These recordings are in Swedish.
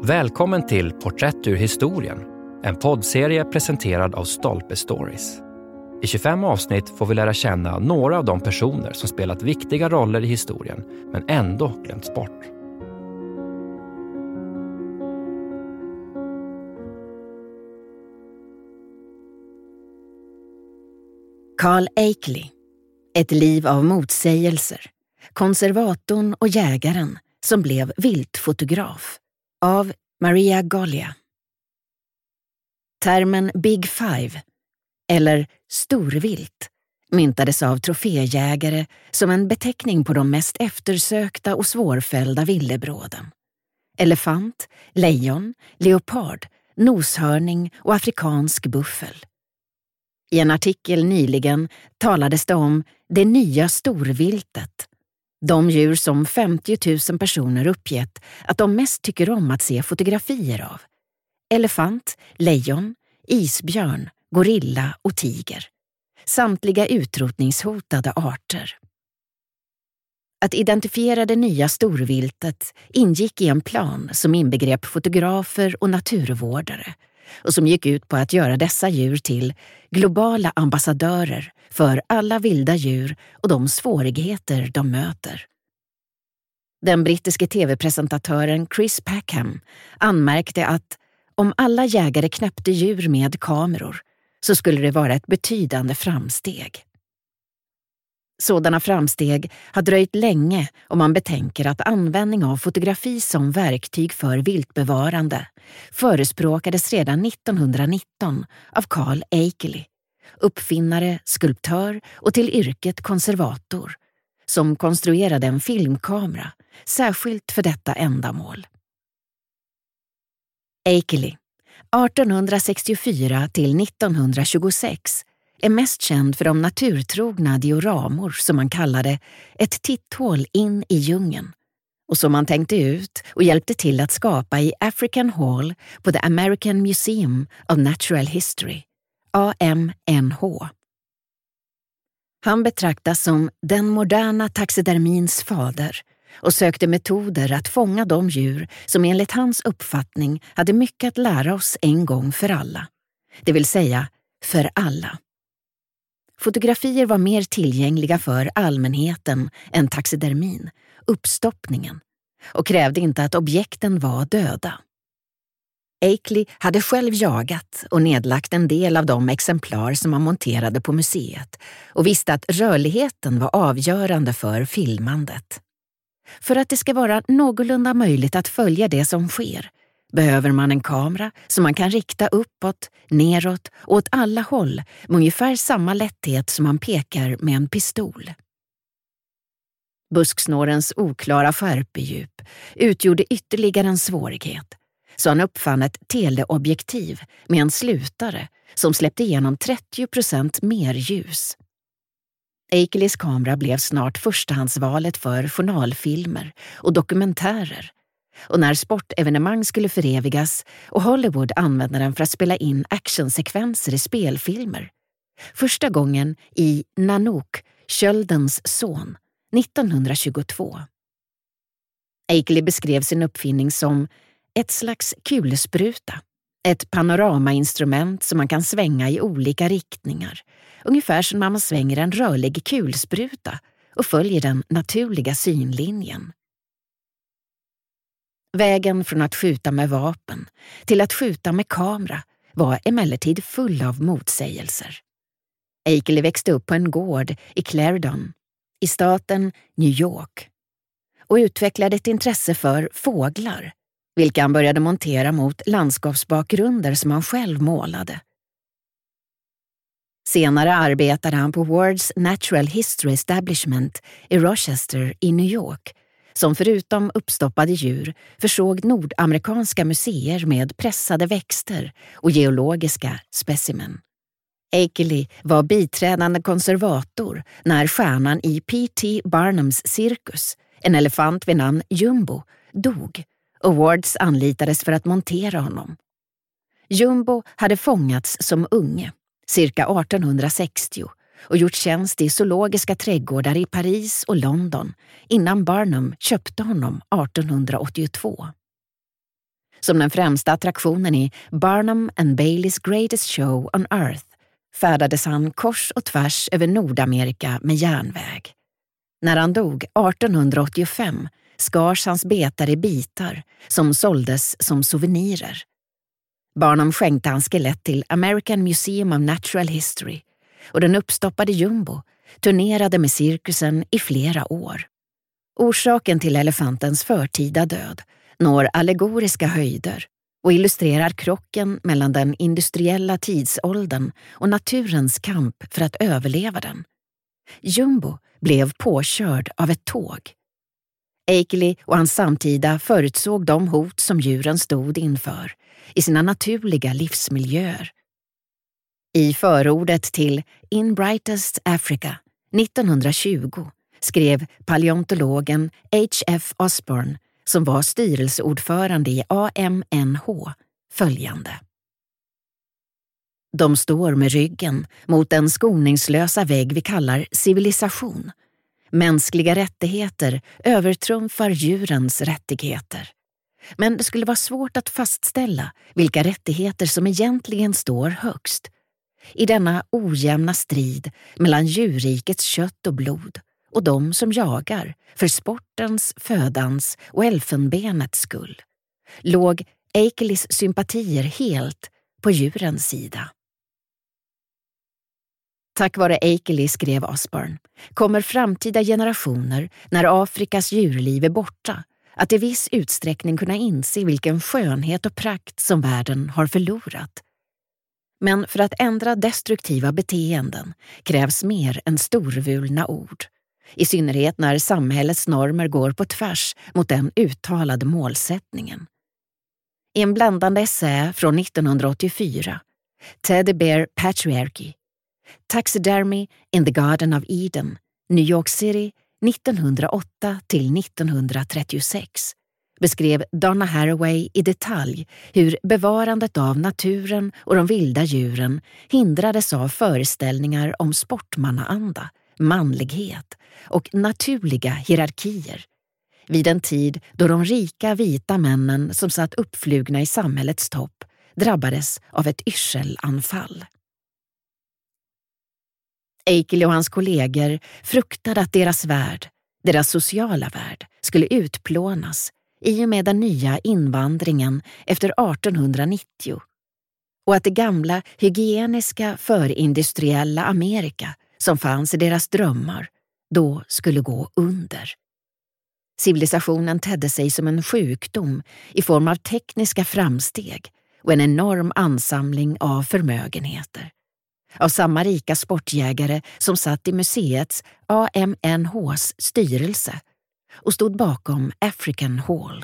Välkommen till Porträtt ur historien, en poddserie presenterad av Stolpe Stories. I 25 avsnitt får vi lära känna några av de personer som spelat viktiga roller i historien men ändå glömts bort. Carl Akeley, ett liv av motsägelser, konservatorn och jägaren som blev viltfotograf, av Maria Golia. Termen Big Five, eller storvilt, myntades av troféjägare som en beteckning på de mest eftersökta och svårfällda villebråden. Elefant, lejon, leopard, noshörning och afrikansk buffel. I en artikel nyligen talades det om det nya storviltet. De djur som 50 000 personer uppgett att de mest tycker om att se fotografier av. Elefant, lejon, isbjörn, gorilla och tiger. Samtliga utrotningshotade arter. Att identifiera det nya storviltet ingick i en plan som inbegrep fotografer och naturvårdare och som gick ut på att göra dessa djur till globala ambassadörer för alla vilda djur och de svårigheter de möter. Den brittiske tv-presentatören Chris Packham anmärkte att om alla jägare knäppte djur med kameror så skulle det vara ett betydande framsteg. Sådana framsteg har dröjt länge om man betänker att användning av fotografi som verktyg för viltbevarande förespråkades redan 1919 av Carl Akeley, uppfinnare, skulptör och till yrket konservator, som konstruerade en filmkamera särskilt för detta ändamål. Akeley, 1864 till 1926, är mest känd för de naturtrogna dioramor som man kallade ett titthål in i djungeln och som man tänkte ut och hjälpte till att skapa i African Hall på The American Museum of Natural History, AMNH. Han betraktas som den moderna taxidermins fader och sökte metoder att fånga de djur som enligt hans uppfattning hade mycket att lära oss en gång för alla, det vill säga för alla. Fotografier var mer tillgängliga för allmänheten än taxidermin, uppstoppningen, och krävde inte att objekten var döda. Akeley hade själv jagat och nedlagt en del av de exemplar som han monterade på museet och visste att rörligheten var avgörande för filmandet. För att det ska vara någorlunda möjligt att följa det som sker behöver man en kamera som man kan rikta uppåt, neråt och åt alla håll med ungefär samma lätthet som man pekar med en pistol. Busksnårens oklara skärpedjup utgjorde ytterligare en svårighet, så han uppfann ett teleobjektiv med en slutare som släppte igenom 30% mer ljus. Akeleys kamera blev snart förstahandsvalet för journalfilmer och dokumentärer, och när sportevenemang skulle förevigas och Hollywood använde den för att spela in actionsekvenser i spelfilmer. Första gången i Nanook, Köldens son, 1922. Akeley beskrev sin uppfinning som ett slags kulspruta, ett panoramainstrument som man kan svänga i olika riktningar, ungefär som när man svänger en rörlig kulspruta och följer den naturliga synlinjen. Vägen från att skjuta med vapen till att skjuta med kamera var emellertid full av motsägelser. Akeley växte upp på en gård i Clarendon, i staten New York, och utvecklade ett intresse för fåglar, vilka han började montera mot landskapsbakgrunder som han själv målade. Senare arbetade han på World's Natural History Establishment i Rochester i New York, som förutom uppstoppade djur försåg nordamerikanska museer med pressade växter och geologiska specimen. Akeley var biträdande konservator när stjärnan i P.T. Barnums cirkus, en elefant vid namn Jumbo, dog och Wards anlitades för att montera honom. Jumbo hade fångats som unge, cirka 1860, och gjort tjänst i zoologiska trädgårdar i Paris och London innan Barnum köpte honom 1882. Som den främsta attraktionen i Barnum and Baileys Greatest Show on Earth färdades han kors och tvärs över Nordamerika med järnväg. När han dog 1885 skars hans betar i bitar som såldes som souvenirer. Barnum skänkte hans skelett till American Museum of Natural History och den uppstoppade Jumbo turnerade med cirkusen i flera år. Orsaken till elefantens förtida död når allegoriska höjder och illustrerar krocken mellan den industriella tidsåldern och naturens kamp för att överleva den. Jumbo blev påkörd av ett tåg. Akeley och hans samtida förutsåg de hot som djuren stod inför i sina naturliga livsmiljöer. I förordet till In Brightest Africa 1920 skrev paleontologen H.F. Osborn, som var styrelseordförande i AMNH, följande. De står med ryggen mot den skoningslösa vägg vi kallar civilisation. Mänskliga rättigheter övertrumfar djurens rättigheter. Men det skulle vara svårt att fastställa vilka rättigheter som egentligen står högst. I denna ojämna strid mellan djurrikets kött och blod och de som jagar för sportens, födans och elfenbenets skull låg Akeleys sympatier helt på djurens sida. Tack vare Akeley, skrev Osborn, kommer framtida generationer när Afrikas djurliv är borta att i viss utsträckning kunna inse vilken skönhet och prakt som världen har förlorat. Men för att ändra destruktiva beteenden krävs mer än storvulna ord. I synnerhet när samhällets normer går på tvärs mot den uttalade målsättningen. I en bländande essä från 1984, Teddy Bear Patriarchy, Taxidermy in the Garden of Eden, New York City 1908 till 1936, beskrev Donna Haraway i detalj hur bevarandet av naturen och de vilda djuren hindrades av föreställningar om sportmannaanda, manlighet och naturliga hierarkier. Vid en tid då de rika vita männen som satt uppflugna i samhällets topp drabbades av ett yrselanfall. Akeley och hans kollegor fruktade att deras värld, deras sociala värld, skulle utplånas i och med den nya invandringen efter 1890 och att det gamla hygieniska förindustriella Amerika som fanns i deras drömmar då skulle gå under. Civilisationen tedde sig som en sjukdom i form av tekniska framsteg och en enorm ansamling av förmögenheter. Av samma rika sportjägare som satt i museets AMNHs styrelse och stod bakom African Hall.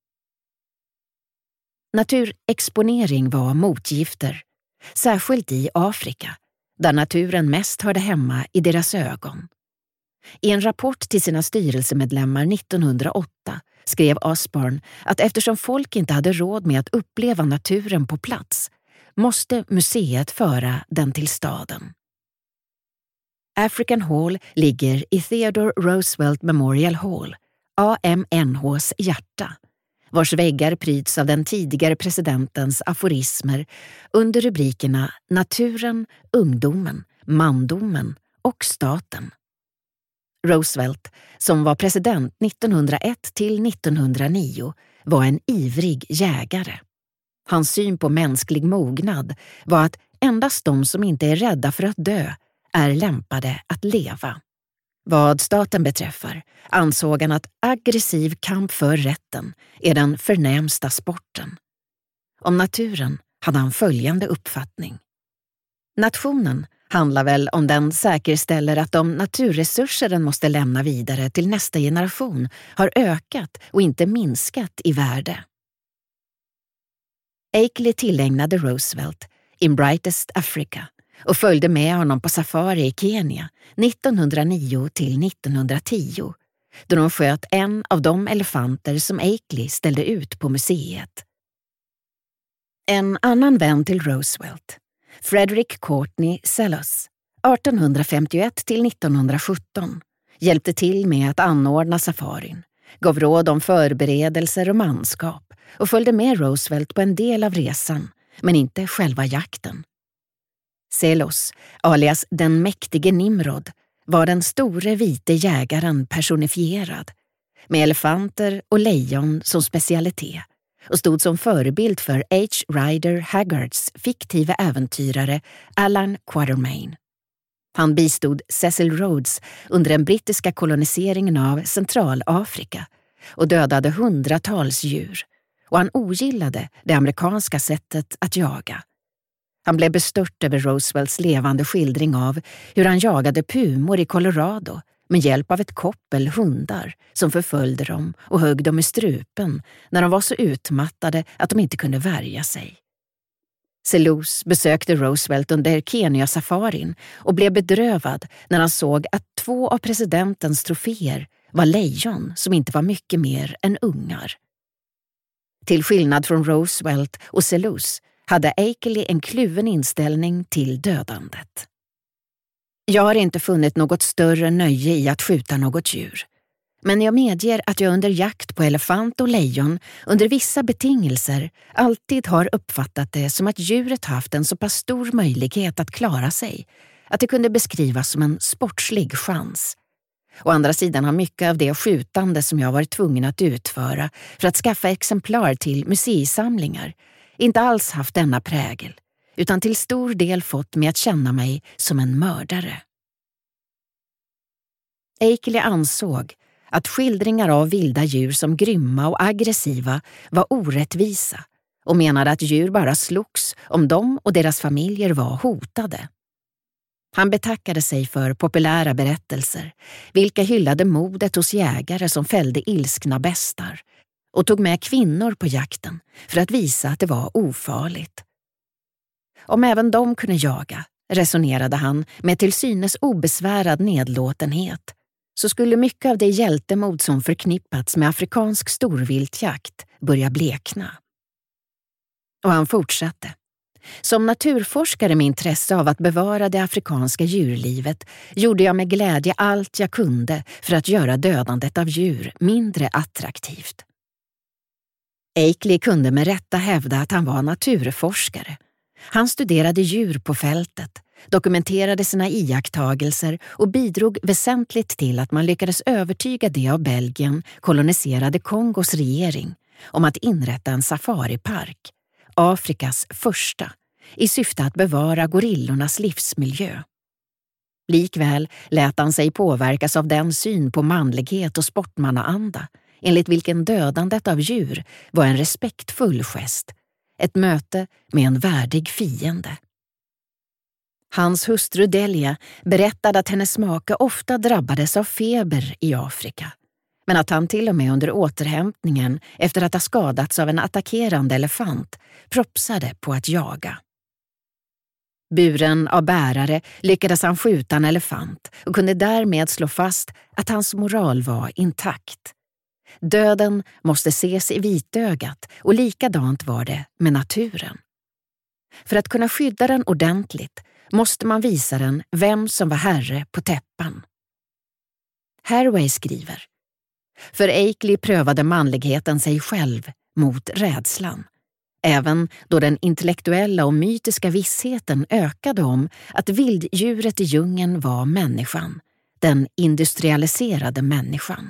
Naturexponering var motgifter, särskilt i Afrika, där naturen mest hörde hemma i deras ögon. I en rapport till sina styrelsemedlemmar 1908 skrev Osborn att eftersom folk inte hade råd med att uppleva naturen på plats måste museet föra den till staden. African Hall ligger i Theodore Roosevelt Memorial Hall, AMNHs hjärta, vars väggar pryds av den tidigare presidentens aforismer under rubrikerna Naturen, ungdomen, mandomen och staten. Roosevelt, som var president 1901 till 1909, var en ivrig jägare. Hans syn på mänsklig mognad var att endast de som inte är rädda för att dö är lämpade att leva. Vad staten beträffar ansåg han att aggressiv kamp för rätten är den förnämsta sporten. Om naturen hade han följande uppfattning. Nationen handlar väl om den säkerställer att de naturresurser den måste lämna vidare till nästa generation har ökat och inte minskat i värde. Akeley tillägnade Roosevelt In Brightest Africa och följde med honom på safari i Kenya 1909 till 1910 då de sköt en av de elefanter som Akeley ställde ut på museet. En annan vän till Roosevelt, Frederick Courtney Selous, 1851 till 1917, hjälpte till med att anordna safarin, gav råd om förberedelser och manskap och följde med Roosevelt på en del av resan, men inte själva jakten. Selos, alias den mäktige Nimrod, var den store vite jägaren personifierad, med elefanter och lejon som specialitet, och stod som förebild för H. Rider Haggards fiktiva äventyrare Alan Quatermain. Han bistod Cecil Rhodes under den brittiska koloniseringen av Centralafrika och dödade hundratals djur, och han ogillade det amerikanska sättet att jaga. Han blev bestört över Roosevelts levande skildring av hur han jagade pumor i Colorado med hjälp av ett koppel hundar som förföljde dem och högg dem i strupen när de var så utmattade att de inte kunde värja sig. Selous besökte Roosevelt under Kenya-safarin och blev bedrövad när han såg att 2 av presidentens troféer var lejon som inte var mycket mer än ungar. Till skillnad från Roosevelt och Selous hade Akeley en kluven inställning till dödandet. Jag har inte funnit något större nöje i att skjuta något djur. Men jag medger att jag under jakt på elefant och lejon under vissa betingelser alltid har uppfattat det som att djuret haft en så pass stor möjlighet att klara sig att det kunde beskrivas som en sportslig chans. Å andra sidan har mycket av det skjutande som jag varit tvungen att utföra för att skaffa exemplar till museisamlingar inte alls haft denna prägel, utan till stor del fått mig att känna mig som en mördare. Akeley ansåg att skildringar av vilda djur som grymma och aggressiva var orättvisa och menade att djur bara slogs om de och deras familjer var hotade. Han betackade sig för populära berättelser, vilka hyllade modet hos jägare som fällde ilskna bestar, och tog med kvinnor på jakten för att visa att det var ofarligt. Om även de kunde jaga, resonerade han med till synes obesvärad nedlåtenhet, så skulle mycket av det hjältemod som förknippats med afrikansk storviltjakt börja blekna. Och han fortsatte. Som naturforskare med intresse av att bevara det afrikanska djurlivet gjorde jag med glädje allt jag kunde för att göra dödandet av djur mindre attraktivt. Akeley kunde med rätta hävda att han var naturforskare. Han studerade djur på fältet, dokumenterade sina iakttagelser och bidrog väsentligt till att man lyckades övertyga det av Belgien koloniserade Kongos regering om att inrätta en safaripark, Afrikas första, i syfte att bevara gorillornas livsmiljö. Likväl lät han sig påverkas av den syn på manlighet och sportmannaanda, enligt vilken dödandet av djur var en respektfull gest, ett möte med en värdig fiende. Hans hustru Delia berättade att hennes make ofta drabbades av feber i Afrika, men att han till och med under återhämtningen efter att ha skadats av en attackerande elefant propsade på att jaga. Buren av bärare lyckades han skjuta en elefant och kunde därmed slå fast att hans moral var intakt. Döden måste ses i vitögat och likadant var det med naturen. För att kunna skydda den ordentligt måste man visa den vem som var herre på täppan. Haraway skriver: för Akeley prövade manligheten sig själv mot rädslan, även då den intellektuella och mytiska vissheten ökade om att vilddjuret i djungeln var människan, den industrialiserade människan.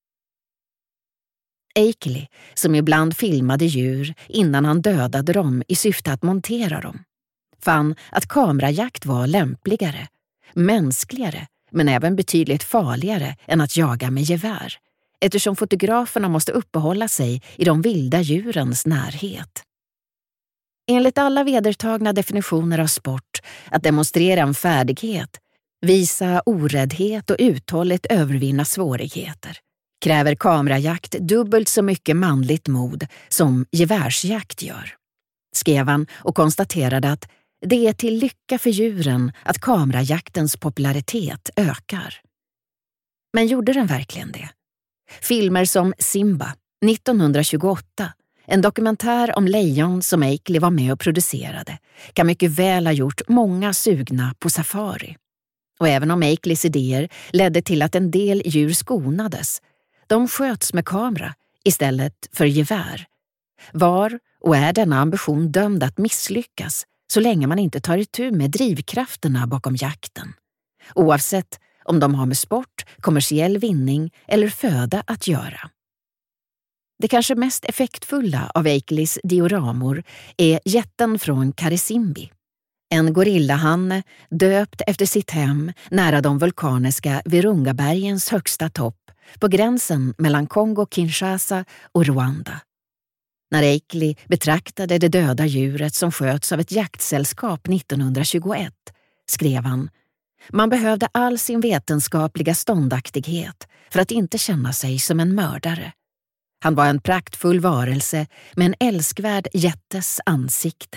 Akeley, som ibland filmade djur innan han dödade dem i syfte att montera dem, fann att kamerajakt var lämpligare, mänskligare men även betydligt farligare än att jaga med gevär, eftersom fotograferna måste uppehålla sig i de vilda djurens närhet. Enligt alla vedertagna definitioner av sport, att demonstrera en färdighet, visa oräddhet och uthålligt övervinna svårigheter, kräver kamerajakt dubbelt så mycket manligt mod som gevärsjakt gör, skrev han och konstaterade att det är till lycka för djuren att kamerajaktens popularitet ökar. Men gjorde den verkligen det? Filmer som Simba, 1928, en dokumentär om lejon som Akeley var med och producerade, kan mycket väl ha gjort många sugna på safari. Och även om Akeleys idéer ledde till att en del djur skonades, de sköts med kamera istället för gevär, Var och är denna ambition dömd att misslyckas så länge man inte tar itu med drivkrafterna bakom jakten, oavsett om de har med sport, kommersiell vinning eller föda att göra. Det kanske mest effektfulla av Akelys dioramor är jätten från Karisimbi, en gorillahanne döpt efter sitt hem nära de vulkaniska Virungabergens högsta topp på gränsen mellan Kongo-Kinshasa och Rwanda. När Akely betraktade det döda djuret som sköts av ett jaktsällskap 1921 skrev han: man behövde all sin vetenskapliga ståndaktighet för att inte känna sig som en mördare. Han var en praktfull varelse med en älskvärd jättes ansikte.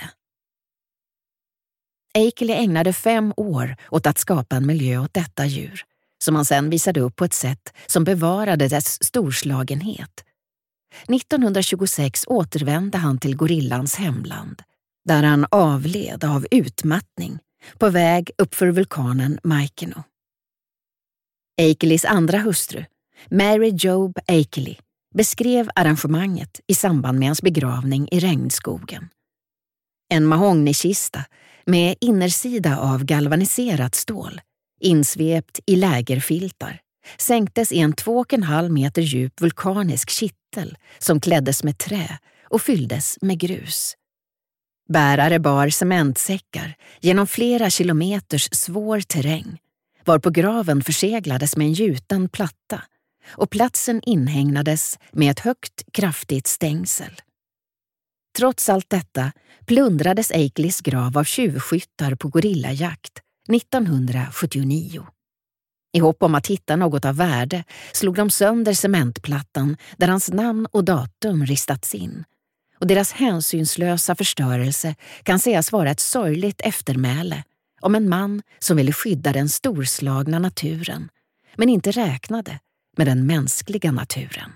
Akely ägnade 5 år åt att skapa en miljö åt detta djur, som han sedan visade upp på ett sätt som bevarade dess storslagenhet. 1926 återvände han till gorillans hemland, där han avled av utmattning på väg uppför vulkanen Maikeno. Akelys andra hustru, Mary Jobe Akely, beskrev arrangemanget i samband med hans begravning i regnskogen. En mahognykista med innersida av galvaniserat stål, insvept i lägerfiltar, sänktes i en 2,5 meter djup vulkanisk kittel som kläddes med trä och fylldes med grus. Bärare bar cementsäckar genom flera kilometers svår terräng, varpå graven förseglades med en gjuten platta och platsen inhägnades med ett högt, kraftigt stängsel. Trots allt detta plundrades Akelys grav av tjuvskyttar på gorillajakt 1979. I hopp om att hitta något av värde slog de sönder cementplattan där hans namn och datum ristats in, och deras hänsynslösa förstörelse kan sägas vara ett sorgligt eftermäle om en man som ville skydda den storslagna naturen, men inte räknade med den mänskliga naturen.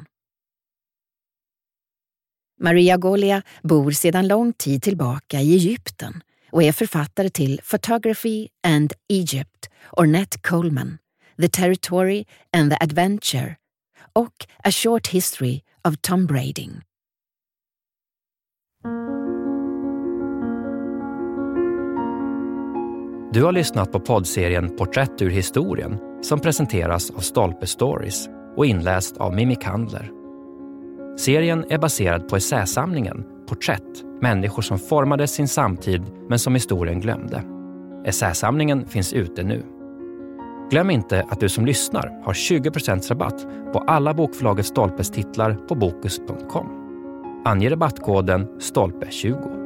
Maria Golia bor sedan lång tid tillbaka i Egypten och är författare till Photography and Egypt, Ornette Coleman, The Territory and the Adventure och A Short History of Tom Brading. Du har lyssnat på poddserien Porträtt ur historien som presenteras av Stolpe Stories och inläst av Mimmi Kandler. Serien är baserad på essäsamlingen Porträtt, människor som formade sin samtid men som historien glömde. Essäsamlingen finns ute nu. Glöm inte att du som lyssnar har 20% rabatt på alla bokförlaget Stolpes titlar på bokus.com. Ange rabattkoden STOLPE20.